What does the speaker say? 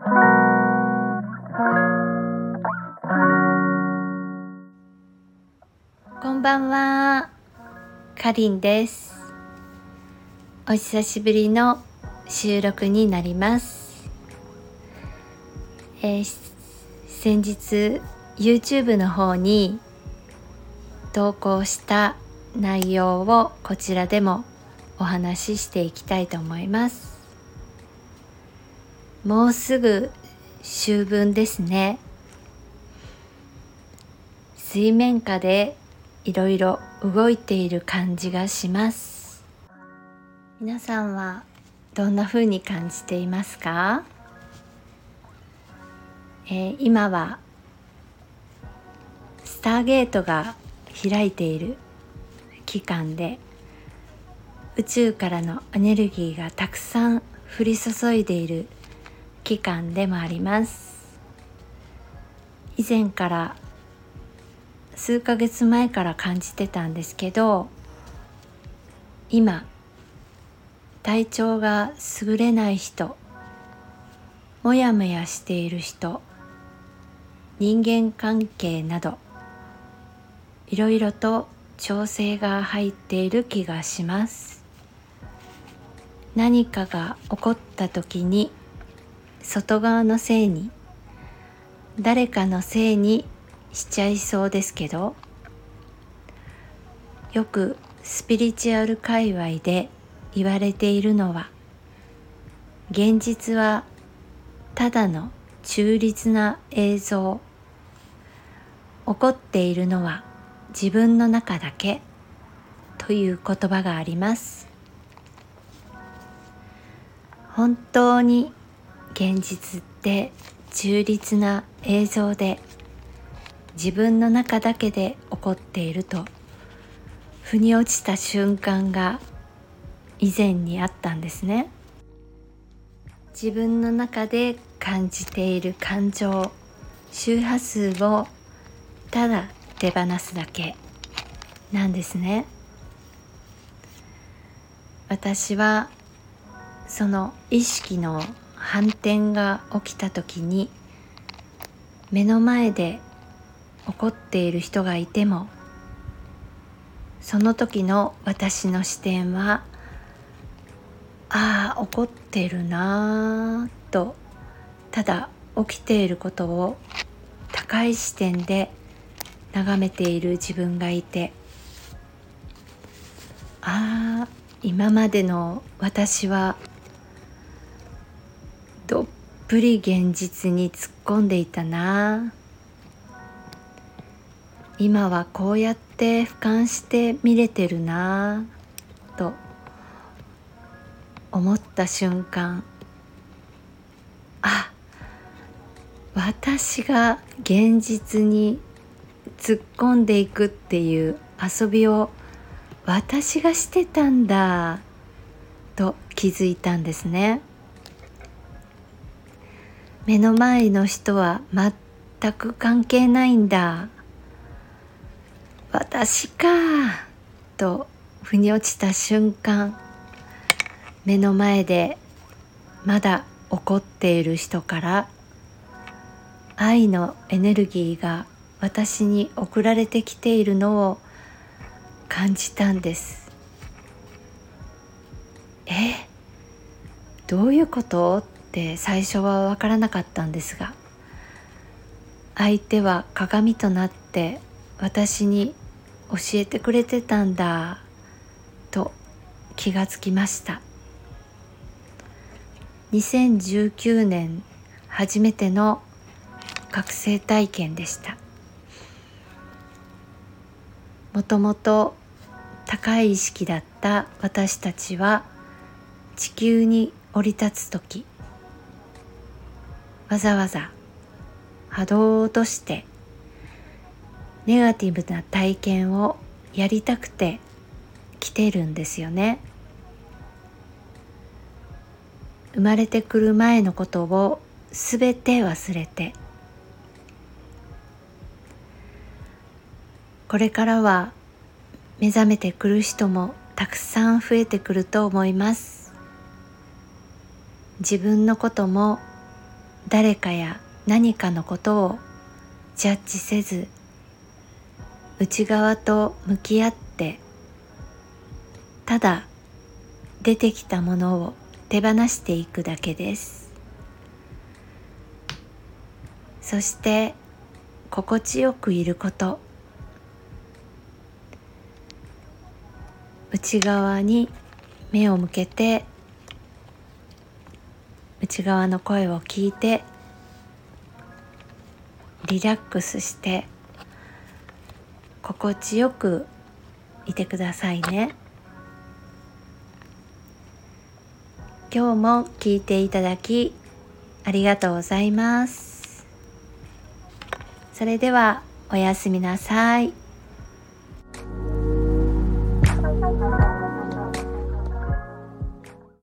こんばんは、かりんです。お久しぶりの収録になります。先日 YouTube の方に投稿した内容をこちらでもお話ししていきたいと思います。もうすぐ秋分ですね。水面下でいろいろ動いている感じがします。皆さんはどんな風に感じていますか？今はスターゲートが開いている期間で、宇宙からのエネルギーがたくさん降り注いでいる期間でもあります。以前から数ヶ月前から感じてたんですけど、今体調が優れない人、もやもやしている人、人間関係などいろいろと調整が入っている気がします。何かが起こった時に外側のせいに、誰かのせいにしちゃいそうですけど、よくスピリチュアル界隈で言われているのは、現実はただの中立な映像、起こっているのは自分の中だけという言葉があります。本当に現実って中立な映像で、自分の中だけで起こっていると腑に落ちた瞬間が以前にあったんですね。自分の中で感じている感情、周波数をただ手放すだけなんですね。私はその意識の反転が起きた時に、目の前で起こっている人がいても、その時の私の視点は、ああ起こってるなぁと、ただ起きていることを高い視点で眺めている自分がいて、ああ今までの私はどっぷり現実に突っ込んでいたな、今はこうやって俯瞰して見れてるなと思った瞬間、あ、私が現実に突っ込んでいくっていう遊びを私がしてたんだと気づいたんですね。目の前の人は全く関係ないんだ、私かと腑に落ちた瞬間、目の前でまだ起こっている人から愛のエネルギーが私に送られてきているのを感じたんです。どういうことって最初は分からなかったんですが、相手は鏡となって私に教えてくれてたんだと気がつきました。2019年初めての覚醒体験でした。もともと高い意識だった私たちは、地球に降り立つとき、わざわざ波動を落としてネガティブな体験をやりたくて来てるんですよね。生まれてくる前のことをすべて忘れて、これからは目覚めてくる人もたくさん増えてくると思います。自分のことも誰かや何かのことをジャッジせず、内側と向き合って、ただ出てきたものを手放していくだけです。そして心地よくいること、内側に目を向けて、内側の声を聞いてリラックスして心地よくいてくださいね。今日も聞いていただきありがとうございます。それではおやすみなさい。